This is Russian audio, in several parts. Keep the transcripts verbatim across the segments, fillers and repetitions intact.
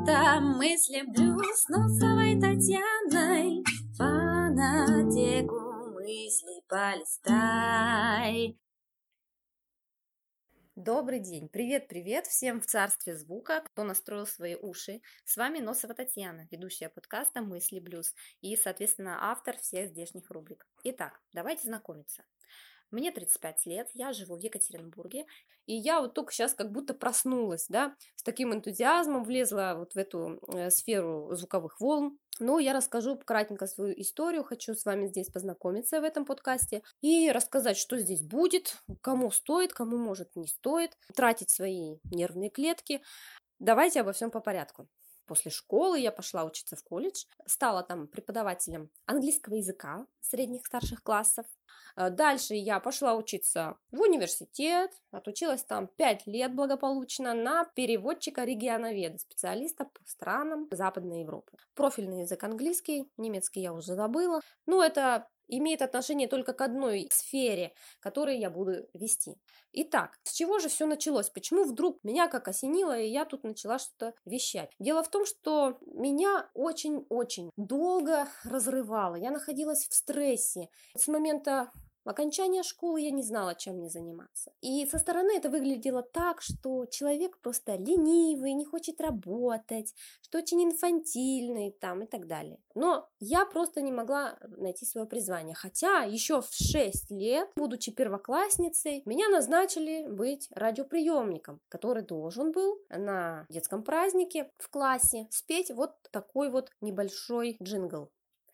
Это мысли блюз с Носовой Татьяной. Фанатику мысли полистай. Добрый день, привет-привет всем в царстве звука, кто настроил свои уши. С вами Носова Татьяна, ведущая подкаста «Мысли Блюз» и, соответственно, автор всех здешних рубрик. Итак, давайте знакомиться. Мне тридцать пять лет, я живу в Екатеринбурге, и я вот только сейчас как будто проснулась, да, с таким энтузиазмом влезла вот в эту э, сферу звуковых волн. Но я расскажу кратенько свою историю, хочу с вами здесь познакомиться в этом подкасте и рассказать, что здесь будет, кому стоит, кому, может, не стоит тратить свои нервные клетки. Давайте обо всем по порядку. После школы я пошла учиться в колледж, стала там преподавателем английского языка средних старших классов. Дальше я пошла учиться в университет, отучилась там пять лет благополучно на переводчика-регионоведа, специалиста по странам Западной Европы. Профильный язык английский, немецкий я уже забыла, но это имеет отношение только к одной сфере, которую я буду вести. Итак, с чего же все началось? Почему вдруг меня как осенило, и я тут начала что-то вещать? Дело в том, что меня очень-очень долго разрывало. Я находилась в стрессе. С момента окончания школы я не знала, чем мне заниматься. И со стороны это выглядело так, что человек просто ленивый, не хочет работать, что очень инфантильный там и так далее. Но я просто не могла найти свое призвание. Хотя еще в шесть лет, будучи первоклассницей, меня назначили быть радиоприемником, который должен был на детском празднике в классе спеть вот такой вот небольшой джингл.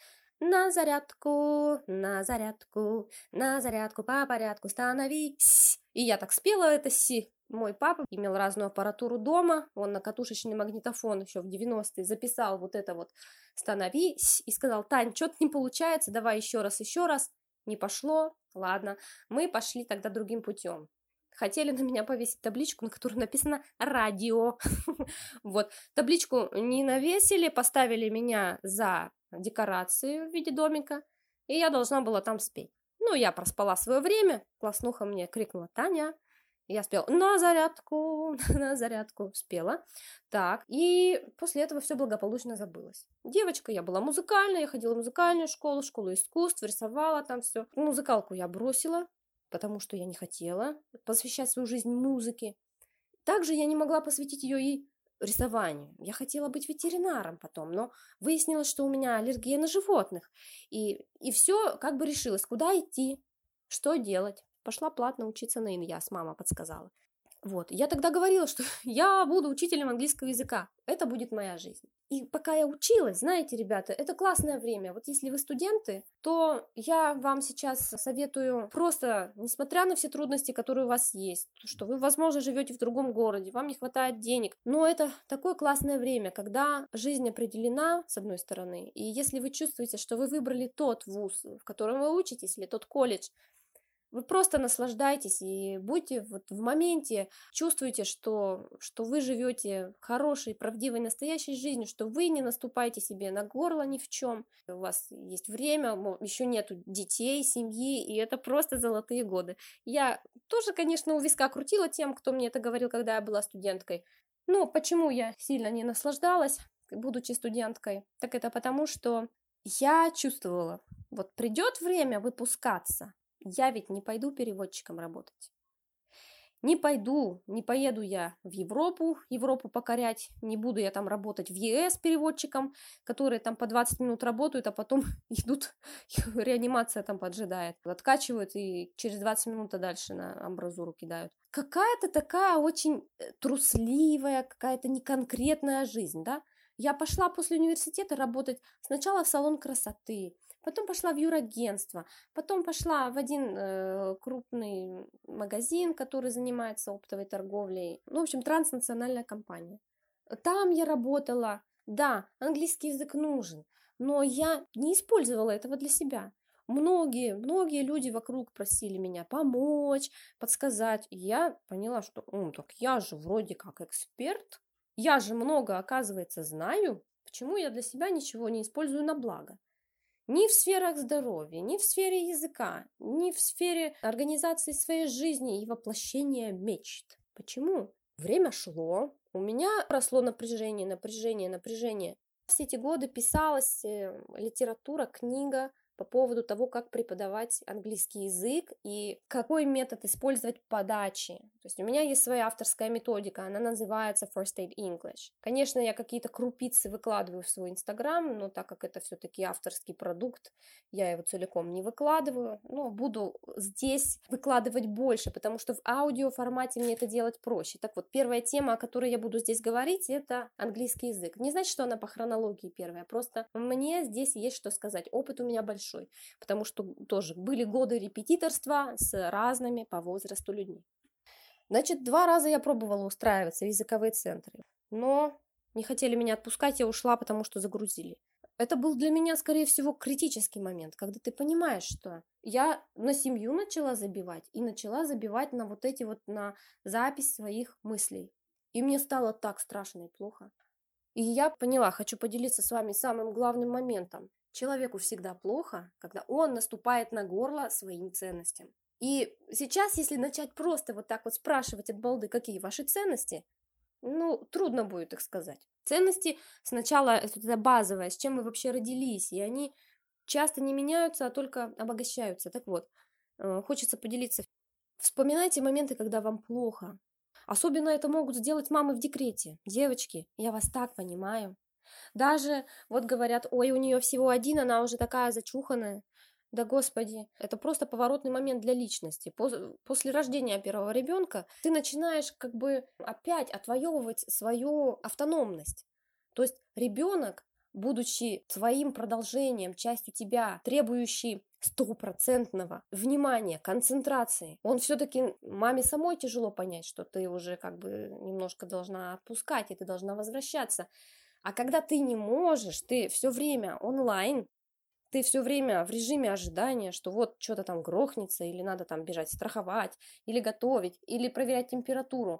На зарядку, на зарядку, на зарядку по порядку становись. И я так спела это си. Мой папа имел разную аппаратуру дома, он на катушечный магнитофон еще в девяностые записал вот это вот «становись» и сказал: «Тань, что-то не получается, давай еще раз, еще раз». Не пошло, ладно, мы пошли тогда другим путем. Хотели на меня повесить табличку, на которой написано «радио». Вот, табличку не навесили, поставили меня за декорации в виде домика, и я должна была там спеть. Ну, я проспала свое время, класснуха мне крикнула: «Таня!» Я спела «на зарядку, на зарядку», спела. Так, и после этого все благополучно забылось. Девочка, я была музыкальная, я ходила в музыкальную школу, школу искусств, рисовала там все. Музыкалку я бросила, потому что я не хотела посвящать свою жизнь музыке. Также я не могла посвятить ее и рисованию. Я хотела быть ветеринаром потом, но выяснилось, что у меня аллергия на животных. И, и все как бы решилось, куда идти, что делать. Пошла платно учиться на иньяс, мама подсказала. Вот, я тогда говорила, что я буду учителем английского языка, это будет моя жизнь. И пока я училась, знаете, ребята, это классное время. Вот если вы студенты, то я вам сейчас советую просто, несмотря на все трудности, которые у вас есть, что вы, возможно, живете в другом городе, вам не хватает денег, но это такое классное время, когда жизнь определена, с одной стороны, и если вы чувствуете, что вы выбрали тот вуз, в котором вы учитесь, или тот колледж, вы просто наслаждайтесь и будьте вот в моменте, чувствуйте, что, что вы живете хорошей, правдивой, настоящей жизнью, что вы не наступаете себе на горло ни в чем. У вас есть время, еще нету детей, семьи, и это просто золотые годы. Я тоже, конечно, у виска крутила тем, кто мне это говорил, когда я была студенткой. Но почему я сильно не наслаждалась, будучи студенткой? Так это потому, что я чувствовала, вот придет время выпускаться, я ведь не пойду переводчиком работать. Не пойду, не поеду я в Европу, Европу покорять, не буду я там работать в ЕС переводчиком, которые там по двадцать минут работают, а потом идут, реанимация там поджидает, откачивают и через двадцать минут дальше на амбразуру кидают. Какая-то такая очень трусливая, какая-то неконкретная жизнь, да? Я пошла после университета работать сначала в салон красоты, потом пошла в юрагентство, потом пошла в один э, крупный магазин, который занимается оптовой торговлей. Ну, в общем, транснациональная компания. Там я работала. Да, английский язык нужен, но я не использовала этого для себя. Многие, многие люди вокруг просили меня помочь, подсказать. И я поняла, что ну, так я же вроде как эксперт. Я же много, оказывается, знаю. Почему я для себя ничего не использую на благо? Ни в сферах здоровья, ни в сфере языка, ни в сфере организации своей жизни и воплощения мечт. Почему? Время шло, у меня росло напряжение, напряжение, напряжение. Все эти годы писалась э, литература, книга по поводу того, как преподавать английский язык и какой метод использовать подачи. То есть у меня есть своя авторская методика, она называется First Aid English. Конечно, я какие-то крупицы выкладываю в свой Инстаграм, но так как это все-таки авторский продукт, я его целиком не выкладываю, но буду здесь выкладывать больше, потому что в аудио формате мне это делать проще. Так вот, первая тема, о которой я буду здесь говорить, это английский язык. Не значит, что она по хронологии первая, просто мне здесь есть что сказать. Опыт у меня большой. Потому что тоже были годы репетиторства с разными по возрасту людьми. Значит, два раза я пробовала устраиваться в языковые центры, но не хотели меня отпускать, я ушла, потому что загрузили. Это был для меня, скорее всего, критический момент, когда ты понимаешь, что я на семью начала забивать и начала забивать на вот эти вот, на запись своих мыслей. И мне стало так страшно и плохо. И я поняла, хочу поделиться с вами самым главным моментом. Человеку всегда плохо, когда он наступает на горло своим ценностям. И сейчас, если начать просто вот так вот спрашивать от балды, какие ваши ценности, ну, трудно будет их сказать. Ценности сначала это базовое, с чем вы вообще родились, и они часто не меняются, а только обогащаются. Так вот, хочется поделиться. Вспоминайте моменты, когда вам плохо. Особенно это могут сделать мамы в декрете. Девочки, я вас так понимаю. Даже вот говорят, ой, у нее всего один, она уже такая зачуханная. Да господи, это просто поворотный момент для личности. После рождения первого ребенка ты начинаешь как бы опять отвоевывать свою автономность. То есть ребенок, будучи твоим продолжением, частью тебя, требующий стопроцентного внимания, концентрации, он все-таки маме самой тяжело понять, что ты уже как бы немножко должна отпускать, и ты должна возвращаться. А когда ты не можешь, ты все время онлайн, ты все время в режиме ожидания, что вот что-то там грохнется, или надо там бежать страховать, или готовить, или проверять температуру.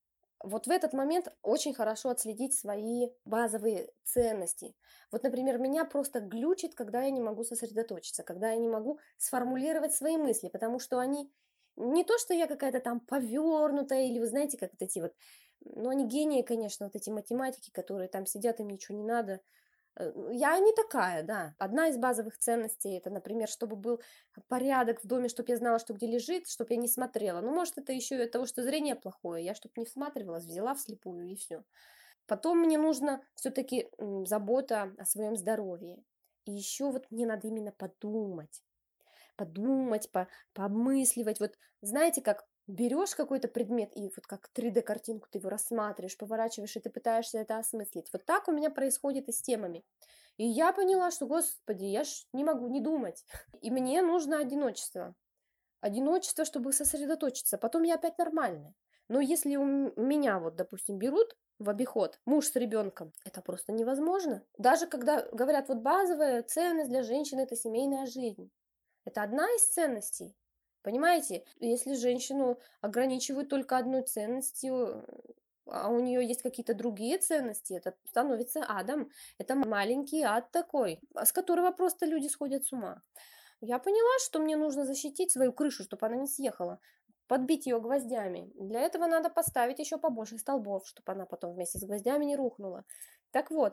Вот в этот момент очень хорошо отследить свои базовые ценности. Вот, например, меня просто глючит, когда я не могу сосредоточиться, когда я не могу сформулировать свои мысли, потому что они не то, что я какая-то там повернутая, или вы знаете, как вот эти вот, ну, они гении, конечно, вот эти математики, которые там сидят, им ничего не надо. Я не такая, да. Одна из базовых ценностей, это, например, чтобы был порядок в доме, чтобы я знала, что где лежит, чтобы я не смотрела. Ну, может, это еще и от того, что зрение плохое. Я, чтобы не всматривалась, взяла вслепую, и все. Потом мне нужно все-таки забота о своем здоровье. И еще вот мне надо именно подумать. Подумать, по, пообмысливать. Вот знаете, как берешь какой-то предмет и вот как три дэ-картинку ты его рассматриваешь, поворачиваешь, и ты пытаешься это осмыслить. Вот так у меня происходит и с темами. И я поняла, что, господи, я ж не могу не думать. И мне нужно одиночество. Одиночество, чтобы сосредоточиться. Потом я опять нормальная. Но если у меня, вот, допустим, берут в обиход муж с ребенком, это просто невозможно. Даже когда говорят, вот базовая ценность для женщины – это семейная жизнь. Это одна из ценностей. Понимаете, если женщину ограничивают только одной ценностью, а у нее есть какие-то другие ценности, это становится адом. Это маленький ад такой, с которого просто люди сходят с ума. Я поняла, что мне нужно защитить свою крышу, чтобы она не съехала, подбить ее гвоздями. Для этого надо поставить еще побольше столбов, чтобы она потом вместе с гвоздями не рухнула. Так вот,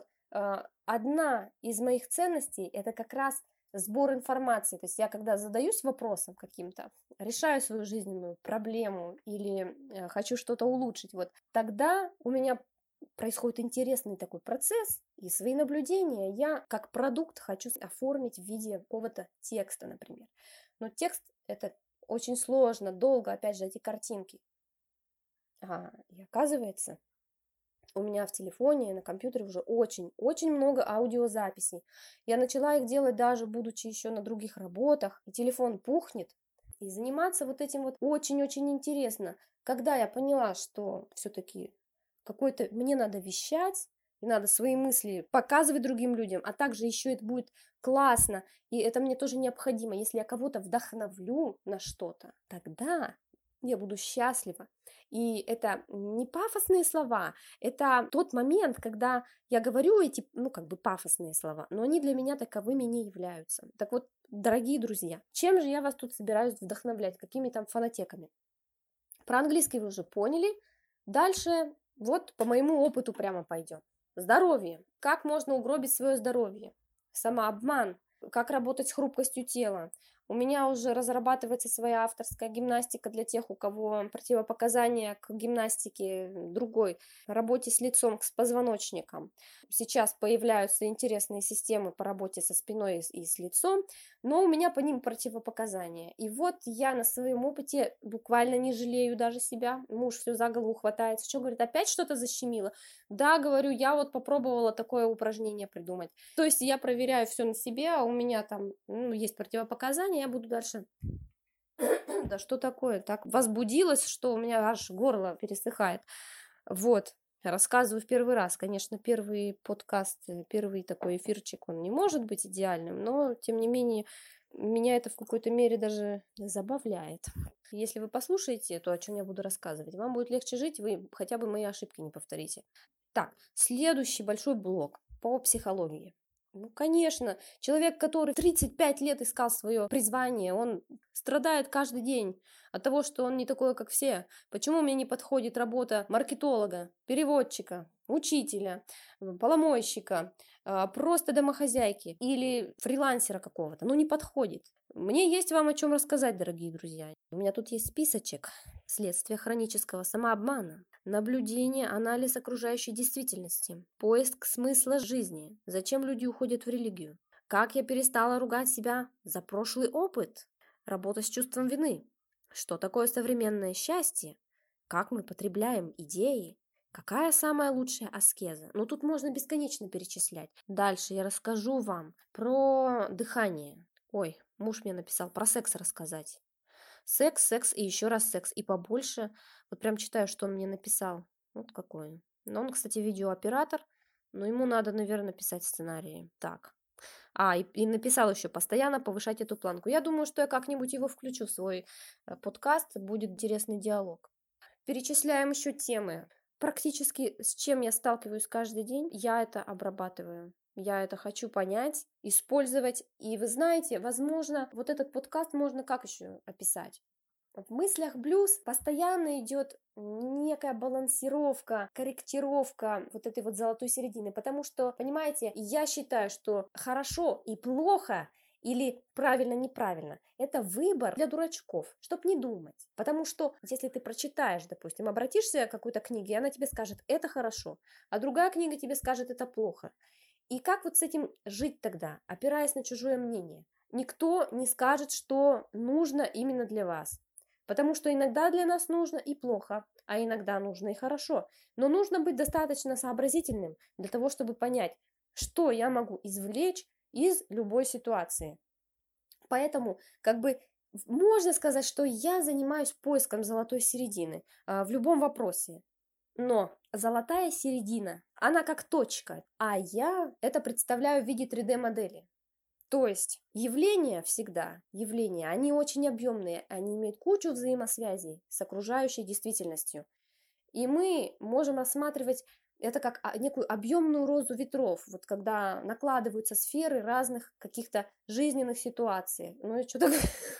одна из моих ценностей – это как раз сбор информации. То есть я когда задаюсь вопросом каким-то, решаю свою жизненную проблему или э, хочу что-то улучшить, вот тогда у меня происходит интересный такой процесс, и свои наблюдения я как продукт хочу оформить в виде какого-то текста, например. Но текст это очень сложно, долго, опять же, эти картинки. А, и оказывается, у меня в телефоне, на компьютере уже очень-очень много аудиозаписей. Я начала их делать даже будучи еще на других работах, и телефон пухнет. И заниматься вот этим вот очень-очень интересно. Когда я поняла, что все-таки какой-то мне надо вещать, и надо свои мысли показывать другим людям, а также еще это будет классно, и это мне тоже необходимо. Если я кого-то вдохновлю на что-то, тогда я буду счастлива. И это не пафосные слова, это тот момент, когда я говорю эти, ну, как бы пафосные слова, но они для меня таковыми не являются. Так вот, дорогие друзья, чем же я вас тут собираюсь вдохновлять? Какими там фонотеками? Про английский вы уже поняли. Дальше Вот по моему опыту прямо пойдет. Здоровье. Как можно угробить свое здоровье? Самообман. Как работать с хрупкостью тела? У меня уже разрабатывается своя авторская гимнастика для тех, у кого противопоказания к гимнастике другой, работе с лицом, с позвоночником. Сейчас появляются интересные системы по работе со спиной и с лицом, но у меня по ним противопоказания. И вот я на своем опыте буквально не жалею даже себя. Муж все за голову хватается. Что, говорит, опять что-то защемило? Да, говорю, я вот попробовала такое упражнение придумать. То есть я проверяю все на себе, а у меня там ну, есть противопоказания, я буду дальше... Да что такое? Так возбудилась, что у меня аж горло пересыхает. Вот. Рассказываю в первый раз. Конечно, первый подкаст, первый такой эфирчик, он не может быть идеальным, но, тем не менее, меня это в какой-то мере даже забавляет. Если вы послушаете то, о чем я буду рассказывать, вам будет легче жить, вы хотя бы мои ошибки не повторите. Так, следующий большой блок по психологии. Ну, конечно, человек, который тридцать пять лет искал свое призвание, он страдает каждый день от того, что он не такой, как все. Почему мне не подходит работа маркетолога, переводчика, учителя, поломойщика, просто домохозяйки или фрилансера какого-то? Ну, не подходит. Мне есть вам о чем рассказать, дорогие друзья. У меня тут есть списочек следствия хронического самообмана, наблюдение, анализ окружающей действительности, поиск смысла жизни, зачем люди уходят в религию, как я перестала ругать себя за прошлый опыт, работа с чувством вины, что такое современное счастье, как мы потребляем идеи, какая самая лучшая аскеза. Ну, тут можно бесконечно перечислять. Дальше я расскажу вам про дыхание. Ой, муж мне написал про секс рассказать. Секс, секс и еще раз секс. И побольше. Вот прям читаю, что он мне написал. Вот какой он. Но он, кстати, видеооператор. Но ему надо, наверное, писать сценарии. Так. А, и, и написал еще постоянно повышать эту планку. Я думаю, что я как-нибудь его включу в свой э, подкаст. Будет интересный диалог. Перечисляем еще темы. Практически с чем я сталкиваюсь каждый день, я это обрабатываю. Я это хочу понять, использовать. И вы знаете, возможно, вот этот подкаст можно как еще описать? В мыслях блюз постоянно идет некая балансировка, корректировка вот этой вот золотой середины. Потому что, понимаете, я считаю, что хорошо и плохо или правильно-неправильно – это выбор для дурачков, чтобы не думать. Потому что если ты прочитаешь, допустим, обратишься к какой-то книге, и она тебе скажет «это хорошо», а другая книга тебе скажет «это плохо». И как вот с этим жить тогда, опираясь на чужое мнение? Никто не скажет, что нужно именно для вас. Потому что иногда для нас нужно и плохо, а иногда нужно и хорошо. Но нужно быть достаточно сообразительным для того, чтобы понять, что я могу извлечь из любой ситуации. Поэтому, как бы, можно сказать, что я занимаюсь поиском золотой середины а, в любом вопросе. Но золотая середина, она как точка, а я это представляю в виде три дэ модели. То есть явления всегда, явления, они очень объемные, они имеют кучу взаимосвязей с окружающей действительностью. И мы можем рассматривать это как некую объемную розу ветров, вот когда накладываются сферы разных каких-то жизненных ситуаций. Ну, я что-то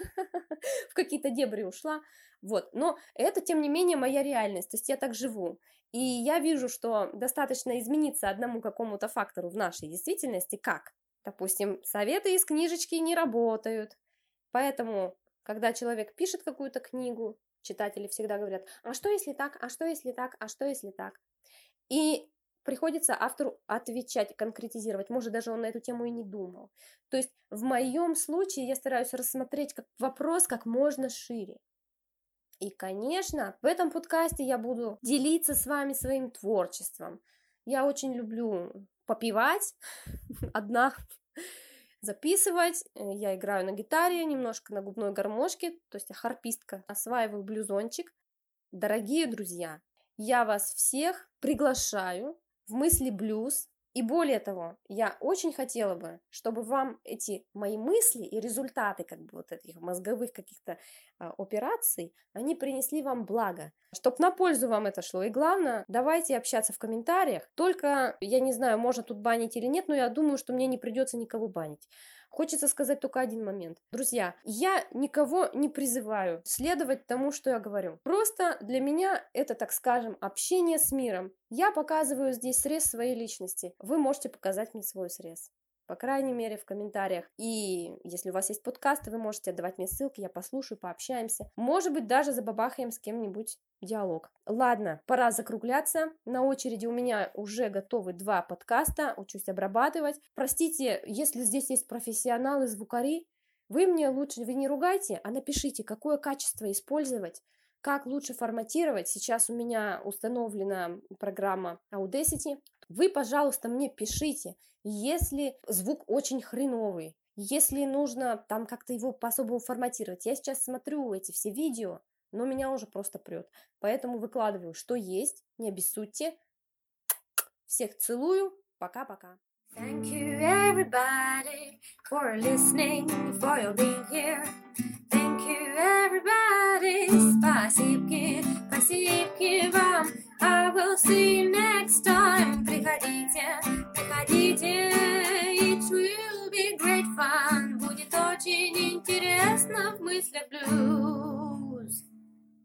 в какие-то дебри ушла. Вот. Но это, тем не менее, моя реальность, то есть я так живу. И я вижу, что достаточно измениться одному какому-то фактору в нашей действительности, как, допустим, советы из книжечки не работают. Поэтому, когда человек пишет какую-то книгу, читатели всегда говорят, а что если так, а что если так, а что если так? И приходится автору отвечать, конкретизировать. Может, даже он на эту тему и не думал. То есть в моем случае я стараюсь рассмотреть как вопрос как можно шире. И, конечно, в этом подкасте я буду делиться с вами своим творчеством. Я очень люблю попевать одна, записывать. Я играю на гитаре, немножко на губной гармошке, то есть я харпистка, осваиваю блюзончик. Дорогие друзья, я вас всех приглашаю в мысли блюз. И более того, я очень хотела бы, чтобы вам эти мои мысли и результаты как бы вот этих мозговых каких-то а, операций, они принесли вам благо, чтобы на пользу вам это шло. И главное, давайте общаться в комментариях. Только, я не знаю, можно тут банить или нет, но я думаю, что мне не придется никого банить. Хочется сказать только один момент. Друзья, я никого не призываю следовать тому, что я говорю. Просто для меня это, так скажем, общение с миром. Я показываю здесь срез своей личности. Вы можете показать мне свой срез. По крайней мере, в комментариях. И если у вас есть подкасты, вы можете отдавать мне ссылки, я послушаю, пообщаемся. Может быть, даже забабахаем с кем-нибудь диалог. Ладно, пора закругляться. На очереди у меня уже готовы два подкаста, учусь обрабатывать. Простите, если здесь есть профессионалы, звукари, вы мне лучше, вы не ругайте, а напишите, какое качество использовать, как лучше форматировать. Сейчас у меня установлена программа Audacity. Вы, пожалуйста, мне пишите, если звук очень хреновый, если нужно там как-то его по-особому форматировать. Я сейчас смотрю эти все видео, но меня уже просто прет. Поэтому выкладываю, что есть, не обессудьте. Всех целую, пока-пока. Thank you everybody for listening, for your being here. Thank you everybody, спасибки, спасибки вам. I will see you next time. Приходите, приходите, it will be great fun. Будет очень интересно в мыслях блюз.